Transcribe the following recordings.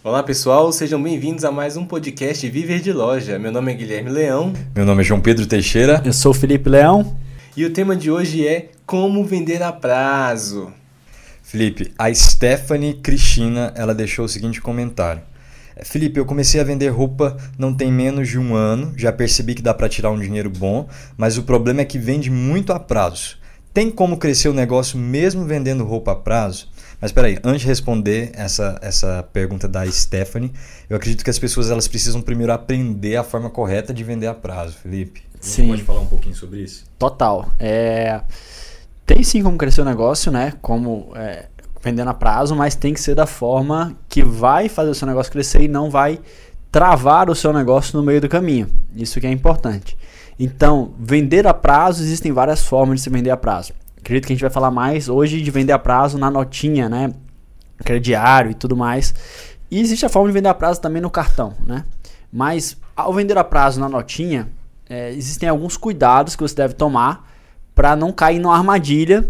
Olá pessoal, sejam bem-vindos a mais um podcast Viver de Loja. Meu nome é Guilherme Leão. Meu nome é João Pedro Teixeira. Eu sou o Felipe Leão. E o tema de hoje é como vender a prazo. Felipe, a Stephanie Cristina, ela deixou o seguinte comentário. Felipe, eu comecei a vender roupa não tem menos de um ano, já percebi que dá para tirar um dinheiro bom, mas o problema é que vende muito a prazo. Tem como crescer o negócio mesmo vendendo roupa a prazo? Mas peraí, antes de responder essa pergunta da Stephanie, eu acredito que as pessoas elas precisam primeiro aprender a forma correta de vender a prazo, Felipe. Você pode falar um pouquinho sobre isso? Total. Tem sim como crescer o negócio, né? Como vendendo a prazo, mas tem que ser da forma que vai fazer o seu negócio crescer e não vai travar o seu negócio no meio do caminho. Isso que é importante. Então, vender a prazo, existem várias formas de se vender a prazo. Acredito que a gente vai falar mais hoje de vender a prazo na notinha, né? Crediário e tudo mais. E existe a forma de vender a prazo também no cartão, né? Mas ao vender a prazo na notinha, existem alguns cuidados que você deve tomar para não cair numa armadilha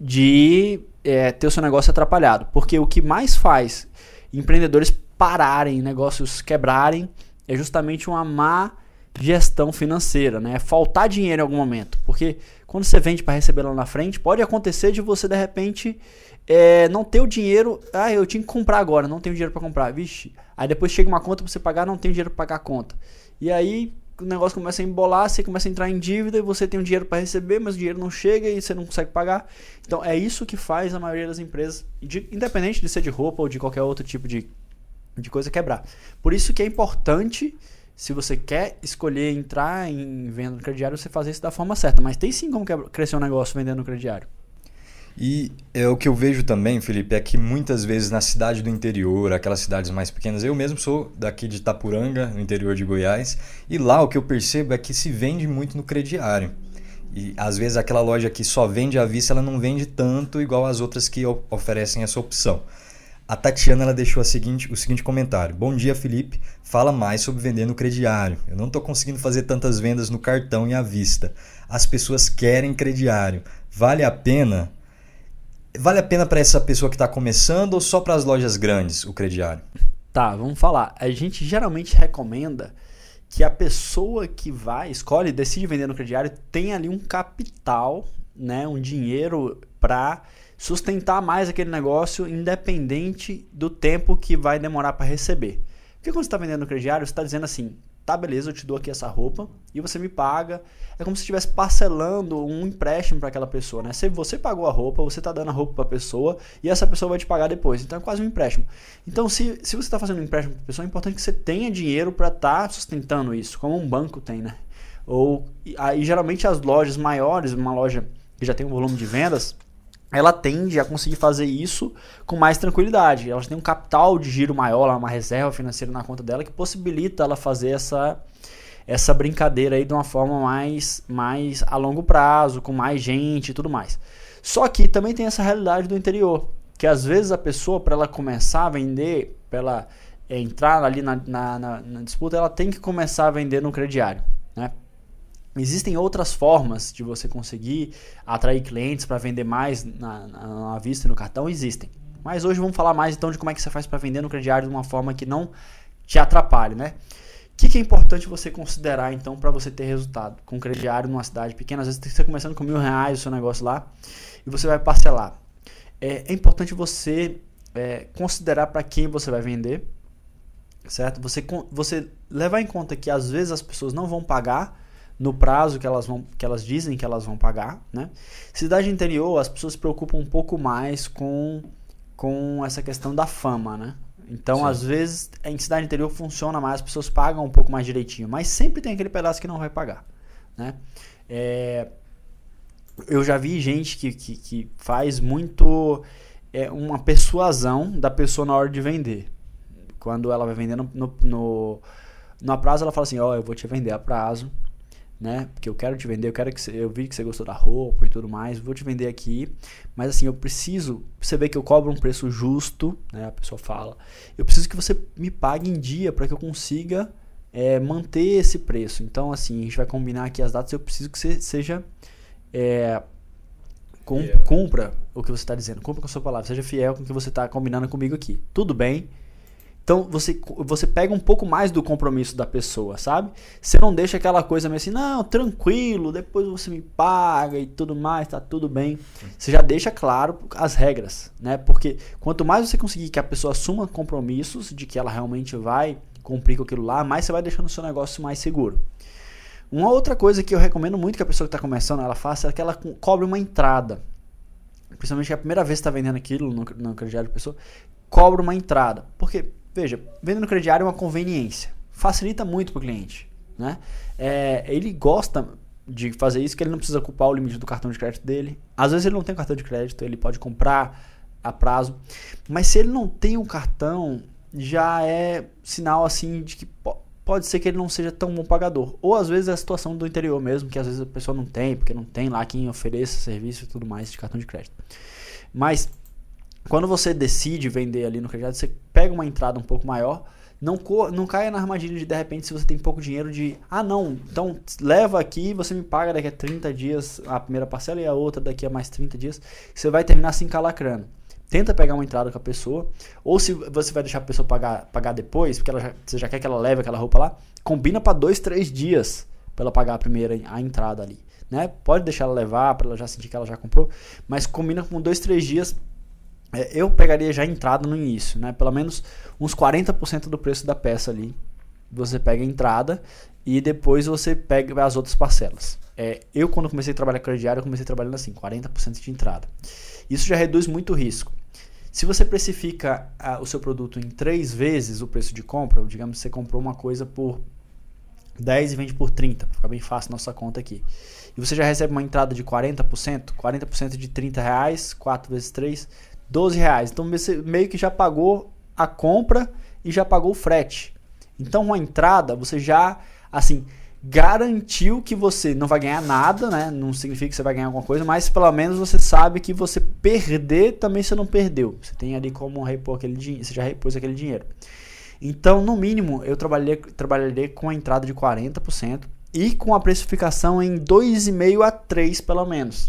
de ter o seu negócio atrapalhado. Porque o que mais faz empreendedores pararem, negócios quebrarem, é justamente uma má gestão financeira, né? Faltar dinheiro em algum momento. Porque quando você vende para receber lá na frente, pode acontecer de você de repente não ter o dinheiro. Eu tinha que comprar agora, não tenho dinheiro para comprar. Vixe. Aí depois chega uma conta para você pagar, não tem dinheiro para pagar a conta. E aí o negócio começa a embolar, você começa a entrar em dívida e você tem um dinheiro para receber, mas o dinheiro não chega e você não consegue pagar. Então é isso que faz a maioria das empresas, independente de ser de roupa ou de qualquer outro tipo de coisa, quebrar. Por isso que é importante, se você quer escolher entrar em venda no crediário, você fazer isso da forma certa. Mas tem sim como crescer um negócio vendendo no crediário. E o que eu vejo também, Felipe, é que muitas vezes na cidade do interior, aquelas cidades mais pequenas, eu mesmo sou daqui de Itapuranga, no interior de Goiás, e lá o que eu percebo é que se vende muito no crediário. E às vezes aquela loja que só vende à vista, ela não vende tanto igual as outras que oferecem essa opção. A Tatiana ela deixou o seguinte comentário. Bom dia, Felipe. Fala mais sobre vender no crediário. Eu não estou conseguindo fazer tantas vendas no cartão e à vista. As pessoas querem crediário. Vale a pena? Vale a pena para essa pessoa que está começando ou só para as lojas grandes o crediário? Tá, vamos falar. A gente geralmente recomenda que a pessoa que decide vender no crediário tenha ali um capital, né, um dinheiro para sustentar mais aquele negócio independente do tempo que vai demorar para receber. Porque quando você está vendendo no crediário, você está dizendo assim, tá, beleza, eu te dou aqui essa roupa e você me paga. É como se estivesse parcelando um empréstimo para aquela pessoa, né? Se você pagou a roupa, você está dando a roupa para a pessoa e essa pessoa vai te pagar depois. Então é quase um empréstimo. Então se você está fazendo um empréstimo para a pessoa, é importante que você tenha dinheiro para estar sustentando isso, como um banco tem, né? Aí geralmente as lojas maiores, uma loja que já tem um volume de vendas, ela tende a conseguir fazer isso com mais tranquilidade. Ela tem um capital de giro maior, uma reserva financeira na conta dela que possibilita ela fazer essa brincadeira aí de uma forma mais a longo prazo, com mais gente e tudo mais. Só que também tem essa realidade do interior, que às vezes a pessoa, para ela começar a vender, para ela entrar ali na disputa, ela tem que começar a vender no crediário, né? Existem outras formas de você conseguir atrair clientes para vender mais na vista e no cartão, existem. Mas hoje vamos falar mais então de como é que você faz para vender no crediário de uma forma que não te atrapalhe, né? O que é importante você considerar então para você ter resultado com crediário numa cidade pequena? Às vezes você está começando com R$1.000 o seu negócio lá e você vai parcelar. É importante você considerar para quem você vai vender, certo? Você levar em conta que às vezes as pessoas não vão pagar no prazo que elas dizem que elas vão pagar, né? Cidade interior, as pessoas se preocupam um pouco mais com essa questão da fama, né? Então, sim, às vezes, em cidade interior funciona mais, as pessoas pagam um pouco mais direitinho, mas sempre tem aquele pedaço que não vai pagar, né? Eu já vi gente que faz muito uma persuasão da pessoa na hora de vender. Quando ela vai vender no prazo, ela fala assim, eu vou te vender a prazo, né? Porque eu quero te vender, eu vi que você gostou da roupa e tudo mais, vou te vender aqui, mas assim, eu preciso, você vê que eu cobro um preço justo, né? A pessoa fala, eu preciso que você me pague em dia para que eu consiga manter esse preço. Então assim, a gente vai combinar aqui as datas, eu preciso que você seja cumpra o que você está dizendo, cumpra com a sua palavra, seja fiel com o que você está combinando comigo aqui. Tudo bem? Então você pega um pouco mais do compromisso da pessoa, sabe? Você não deixa aquela coisa meio assim, não, tranquilo, depois você me paga e tudo mais, tá tudo bem. Você já deixa claro as regras, né? Porque quanto mais você conseguir que a pessoa assuma compromissos de que ela realmente vai cumprir com aquilo lá, mais você vai deixando o seu negócio mais seguro. Uma outra coisa que eu recomendo muito que a pessoa que está começando ela faça é que ela cobre uma entrada. Principalmente que a primeira vez que está vendendo aquilo no crediário da pessoa, cobra uma entrada. Porque, veja, vender no crediário é uma conveniência. Facilita muito para o cliente, né? Ele gosta de fazer isso, que ele não precisa ocupar o limite do cartão de crédito dele. Às vezes ele não tem cartão de crédito, ele pode comprar a prazo. Mas se ele não tem um cartão, já é sinal assim de que pode ser que ele não seja tão bom pagador. Ou às vezes é a situação do interior mesmo, que às vezes a pessoa não tem, porque não tem lá quem ofereça serviço e tudo mais de cartão de crédito. Mas quando você decide vender ali no crediário, você pega uma entrada um pouco maior, não caia na armadilha de repente, se você tem pouco dinheiro, não, então leva aqui e você me paga daqui a 30 dias a primeira parcela e a outra daqui a mais 30 dias, você vai terminar se encalacrando. Tenta pegar uma entrada com a pessoa, ou se você vai deixar a pessoa pagar depois, porque você já quer que ela leve aquela roupa lá, combina para 2, 3 dias para ela pagar a entrada ali, né? Pode deixar ela levar, para ela já sentir que ela já comprou, mas combina com 2, 3 dias. Eu pegaria já a entrada no início, né? Pelo menos uns 40% do preço da peça ali, você pega a entrada e depois você pega as outras parcelas. Eu quando comecei a trabalhar com crediário, eu comecei trabalhando assim, 40% de entrada. Isso já reduz muito o risco. Se você precifica o seu produto em 3 vezes o preço de compra, digamos que você comprou uma coisa por 10 e vende por 30, para ficar bem fácil nossa conta aqui, e você já recebe uma entrada de 40% de R$30, 4 vezes 3, R$12. Então você meio que já pagou a compra e já pagou o frete. Então uma entrada você já, assim, garantiu que você não vai ganhar nada, né? Não significa que você vai ganhar alguma coisa, mas pelo menos você sabe que você perder também você não perdeu. Você tem ali como repor aquele dinheiro, você já repôs aquele dinheiro. Então, no mínimo, eu trabalharia com a entrada de 40% e com a precificação em 2,5 a 3 pelo menos.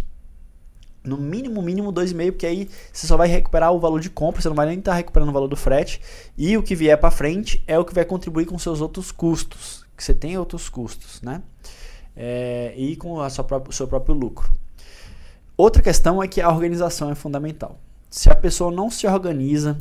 No mínimo 2,5, porque aí você só vai recuperar o valor de compra, você não vai nem estar recuperando o valor do frete, e o que vier para frente é o que vai contribuir com seus outros custos, que você tem outros custos, né? E com o seu próprio lucro. Outra questão é que a organização é fundamental. Se a pessoa não se organiza,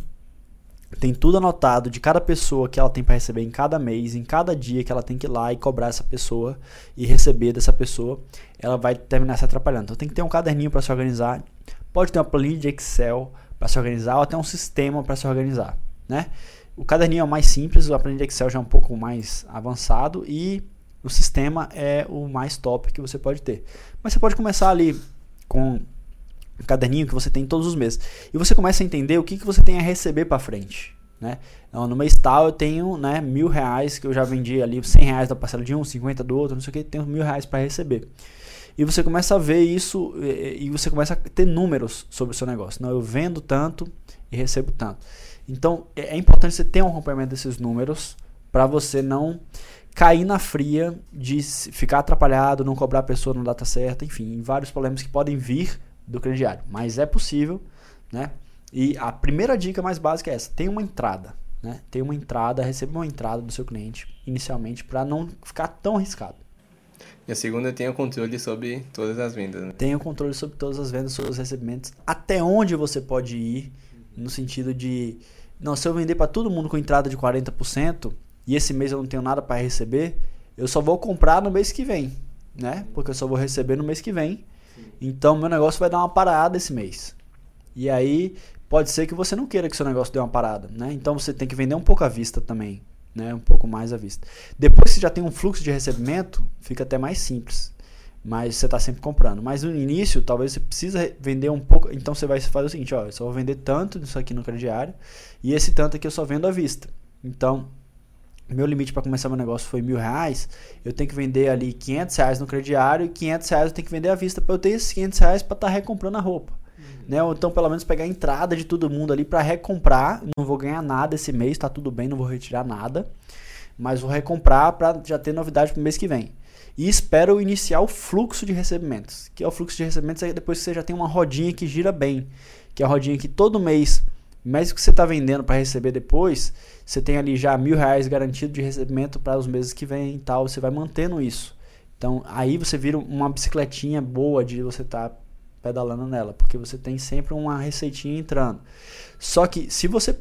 tem tudo anotado de cada pessoa que ela tem para receber em cada mês, em cada dia que ela tem que ir lá e cobrar essa pessoa e receber dessa pessoa, ela vai terminar se atrapalhando. Então tem que ter um caderninho para se organizar, pode ter uma planilha de Excel para se organizar ou até um sistema para se organizar, né? O caderninho é o mais simples, a planilha de Excel já é um pouco mais avançado e o sistema é o mais top que você pode ter. Mas você pode começar ali com um caderninho que você tem todos os meses. E você começa a entender o que você tem a receber para frente, né? Então, no mês tal eu tenho, né, R$1.000 que eu já vendi ali, R$100 da parcela de um, 50 do outro, não sei o que, tenho R$1.000 para receber. E você começa a ver isso e você começa a ter números sobre o seu negócio. Não, eu vendo tanto e recebo tanto. Então é importante você ter um acompanhamento desses números para você não cair na fria de ficar atrapalhado, não cobrar a pessoa na data certa, enfim, vários problemas que podem vir do crediário, mas é possível, né? E a primeira dica mais básica é essa: tem uma entrada, né? Tem uma entrada, receba uma entrada do seu cliente inicialmente para não ficar tão arriscado. E a segunda, tenha o controle sobre todas as vendas, né? Tenha o controle sobre todas as vendas, sobre os recebimentos, até onde você pode ir, no sentido de, não, se eu vender para todo mundo com entrada de 40% e esse mês eu não tenho nada para receber, eu só vou comprar no mês que vem, né? Porque eu só vou receber no mês que vem. Então, meu negócio vai dar uma parada esse mês. E aí, pode ser que você não queira que seu negócio dê uma parada, né? Então, você tem que vender um pouco à vista também, né? Um pouco mais à vista. Depois que você já tem um fluxo de recebimento, fica até mais simples. Mas você está sempre comprando. Mas no início, talvez você precisa vender um pouco. Então, você vai fazer o seguinte, ó, eu só vou vender tanto disso aqui no crediário e esse tanto aqui eu só vendo à vista. Então, meu limite para começar meu negócio foi R$1.000, eu tenho que vender ali R$500 no crediário e R$500 eu tenho que vender à vista para eu ter esses R$500 para estar recomprando a roupa. Né? Ou então pelo menos pegar a entrada de todo mundo ali para recomprar, não vou ganhar nada esse mês, tá tudo bem, não vou retirar nada, mas vou recomprar para já ter novidade para o mês que vem. E espero iniciar o fluxo de recebimentos, que é o fluxo de recebimentos é depois que você já tem uma rodinha que gira bem, que é a rodinha que todo mês Mesmo que você está vendendo para receber depois, você tem ali já R$1.000 garantido de recebimento para os meses que vem e tal, você vai mantendo isso. Então, aí você vira uma bicicletinha boa de você estar pedalando nela, porque você tem sempre uma receitinha entrando. Só que se você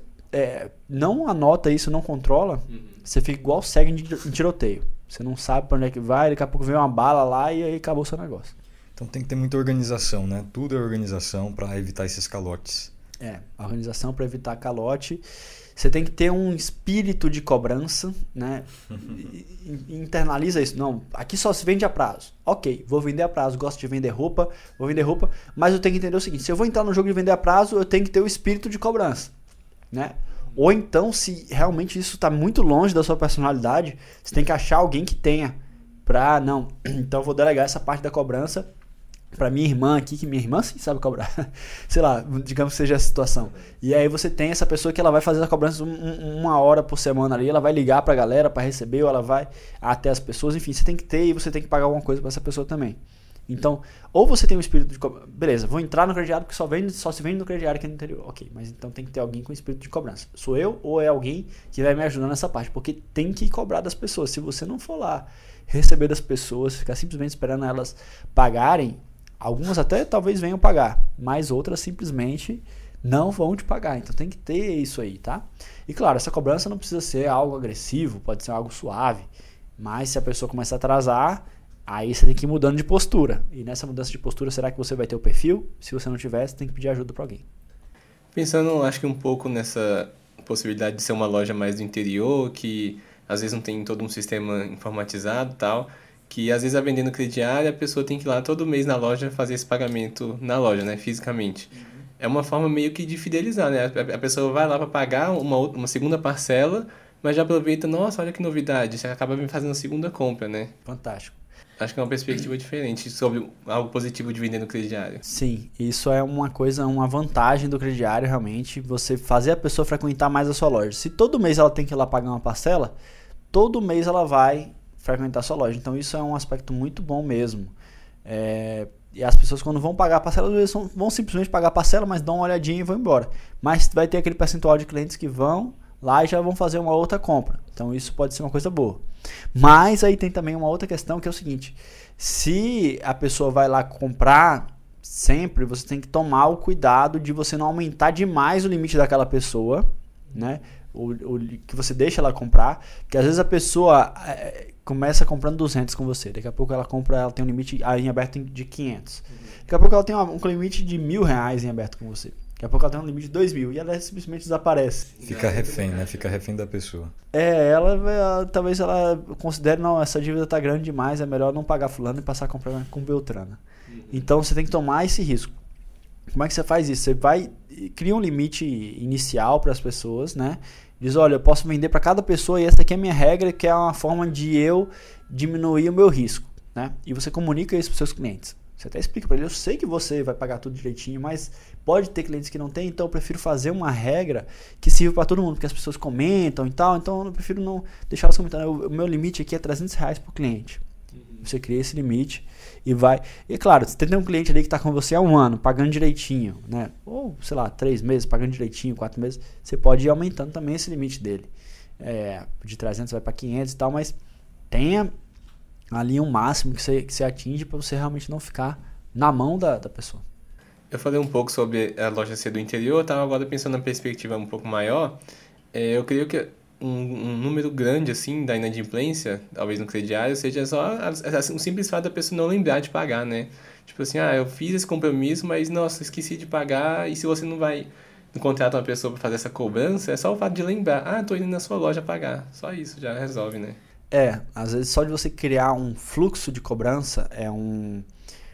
não anota isso, não controla, você fica igual cego em tiroteio. Você não sabe para onde é que vai, daqui a pouco vem uma bala lá e aí acabou o seu negócio. Então tem que ter muita organização, né? Tudo é organização para evitar esses calotes. A organização para evitar calote. Você tem que ter um espírito de cobrança, né? Internaliza isso. Não, aqui só se vende a prazo. Ok, vou vender a prazo, gosto de vender roupa, vou vender roupa, mas eu tenho que entender o seguinte, se eu vou entrar no jogo de vender a prazo, eu tenho que ter o espírito de cobrança, né? Ou então, se realmente isso está muito longe da sua personalidade, você tem que achar alguém que tenha. Então eu vou delegar essa parte da cobrança para minha irmã aqui, que minha irmã sim sabe cobrar. Sei lá, digamos que seja a situação. E aí você tem essa pessoa que ela vai fazer a cobrança 1 hora por semana ali, ela vai ligar pra galera para receber, ou ela vai até as pessoas, enfim, você tem que ter e você tem que pagar alguma coisa para essa pessoa também. Então, ou você tem um espírito de cobrança, beleza, vou entrar no crediário porque só se vende no crediário aqui no interior. Ok, mas então tem que ter alguém com espírito de cobrança. Sou eu ou é alguém que vai me ajudar nessa parte? Porque tem que cobrar das pessoas. Se você não for lá receber das pessoas, ficar simplesmente esperando elas pagarem, algumas até talvez venham pagar, mas outras simplesmente não vão te pagar. Então tem que ter isso aí, tá? E claro, essa cobrança não precisa ser algo agressivo, pode ser algo suave, mas se a pessoa começar a atrasar, aí você tem que ir mudando de postura. E nessa mudança de postura, será que você vai ter o perfil? Se você não tiver, você tem que pedir ajuda para alguém. Pensando, acho que um pouco nessa possibilidade de ser uma loja mais do interior, que às vezes não tem todo um sistema informatizado e tal, que às vezes a vendendo crediário, a pessoa tem que ir lá todo mês na loja fazer esse pagamento na loja, né, fisicamente. É uma forma meio que de fidelizar, né? A pessoa vai lá para pagar uma segunda parcela, mas já aproveita, nossa, olha que novidade, você acaba fazendo a segunda compra, né? Fantástico. Acho que é uma perspectiva diferente sobre algo positivo de vender no crediário. Sim, isso é uma coisa, uma vantagem do crediário realmente, você fazer a pessoa frequentar mais a sua loja. Se todo mês ela tem que ir lá pagar uma parcela, todo mês ela vai frequentar a sua loja. Então isso é um aspecto muito bom mesmo. E as pessoas quando vão pagar a parcela, às vezes vão simplesmente pagar a parcela, mas dão uma olhadinha e vão embora. Mas vai ter aquele percentual de clientes que vão lá e já vão fazer uma outra compra. Então isso pode ser uma coisa boa. Mas aí tem também uma outra questão que é o seguinte, se a pessoa vai lá comprar sempre, você tem que tomar o cuidado de você não aumentar demais o limite daquela pessoa, né? O que você deixa ela comprar, porque às vezes a pessoa começa comprando 200 com você, daqui a pouco ela tem um limite em aberto de 500, daqui a pouco ela tem um limite de R$1.000 em aberto com você, daqui a pouco ela tem um limite de 2.000 e ela simplesmente desaparece. Fica refém, né? Fica refém da pessoa. Talvez ela considere, não, essa dívida tá grande demais, é melhor não pagar fulano e passar a comprar com Beltrana. Então você tem que tomar esse risco. Como é que você faz isso? Você cria um limite inicial para as pessoas, né? Diz, olha, eu posso vender para cada pessoa e essa aqui é a minha regra, que é uma forma de eu diminuir o meu risco, né? E você comunica isso para os seus clientes. Você até explica para ele, eu sei que você vai pagar tudo direitinho, mas pode ter clientes que não tem, então eu prefiro fazer uma regra que sirva para todo mundo, porque as pessoas comentam e tal, então eu prefiro não deixar elas comentarem. O meu limite aqui é R$300 por cliente. Você cria esse limite e vai... E claro, você tem um cliente ali que está com você há 1 ano, pagando direitinho, né? Ou, sei lá, 3 meses, pagando direitinho, 4 meses. Você pode ir aumentando também esse limite dele. De 300 vai para 500 e tal, mas tenha ali um máximo que você atinge para você realmente não ficar na mão da pessoa. Eu falei um pouco sobre a loja ser do interior, eu estava agora pensando na perspectiva um pouco maior. Eu creio que um número grande assim da inadimplência, talvez no crediário, seja só um simples fato da pessoa não lembrar de pagar, né? Tipo assim, eu fiz esse compromisso, mas nossa, esqueci de pagar. E se você não vai contratar uma pessoa para fazer essa cobrança, é só o fato de lembrar, tô indo na sua loja pagar. Só isso já resolve, né? Às vezes só de você criar um fluxo de cobrança um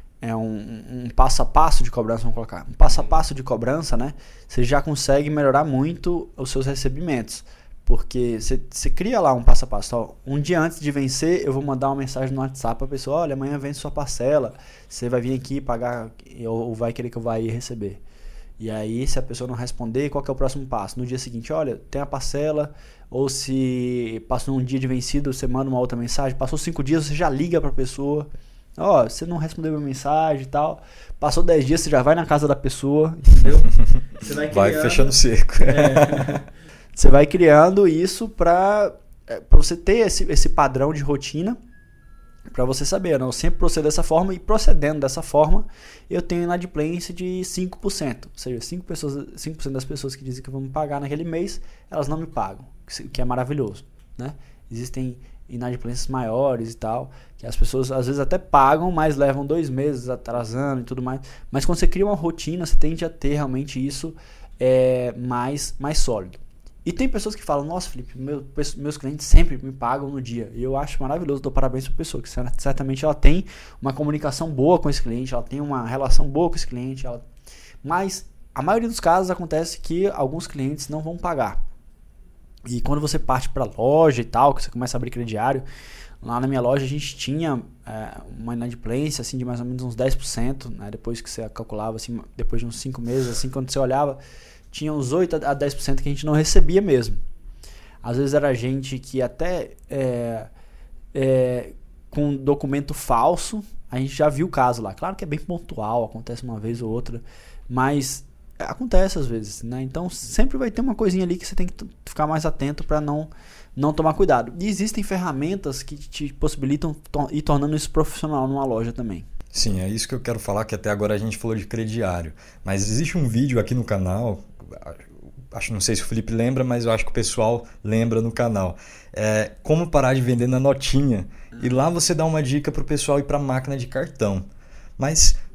passo a passo de cobrança, vamos colocar. Um passo a passo de cobrança, né? Você já consegue melhorar muito os seus recebimentos. Porque você cria lá um passo a passo. Um dia antes de vencer, eu vou mandar uma mensagem no WhatsApp para a pessoa, olha, amanhã vence sua parcela, você vai vir aqui pagar ou vai querer que eu vá ir receber. E aí, se a pessoa não responder, qual que é o próximo passo? No dia seguinte, olha, tem a parcela, ou se passou um dia de vencido, você manda uma outra mensagem, passou 5 dias, você já liga para a pessoa Ó, você não respondeu minha mensagem e tal. Passou 10 dias, você já vai na casa da pessoa, entendeu? Você vai fechando o cerco. Você vai criando isso pra você ter esse padrão de rotina, pra você saber, eu sempre procedo dessa forma, e procedendo dessa forma, eu tenho inadimplência de 5%. Ou seja, 5% das pessoas que dizem que vão me pagar naquele mês, elas não me pagam, o que é maravilhoso, né? Existem inadimplências maiores e tal, que as pessoas às vezes até pagam, mas levam 2 meses atrasando e tudo mais. Mas quando você cria uma rotina, você tende a ter realmente isso mais sólido. E tem pessoas que falam, nossa, Felipe, meus clientes sempre me pagam no dia. E eu acho maravilhoso, dou parabéns para a pessoa, que certamente ela tem uma comunicação boa com esse cliente, ela tem uma relação boa com esse cliente, mas a maioria dos casos acontece que alguns clientes não vão pagar. E quando você parte para a loja e tal, que você começa a abrir crediário, lá na minha loja a gente tinha uma inadimplência assim, de mais ou menos uns 10%, né? Depois que você calculava, assim, depois de uns 5 meses, assim, quando você olhava, tinha uns 8 a 10% que a gente não recebia mesmo. Às vezes era gente que até com documento falso, a gente já viu o caso lá. Claro que é bem pontual, acontece uma vez ou outra, mas acontece às vezes, né? Então sempre vai ter uma coisinha ali que você tem que ficar mais atento para não tomar cuidado. E existem ferramentas que te possibilitam ir tornando isso profissional numa loja também. Sim, é isso que eu quero falar, que até agora a gente falou de crediário. Mas existe um vídeo aqui no canal, não sei se o Felipe lembra, mas eu acho que o pessoal lembra no canal. Como parar de vender na notinha. E lá você dá uma dica para o pessoal ir para a máquina de cartão. Mas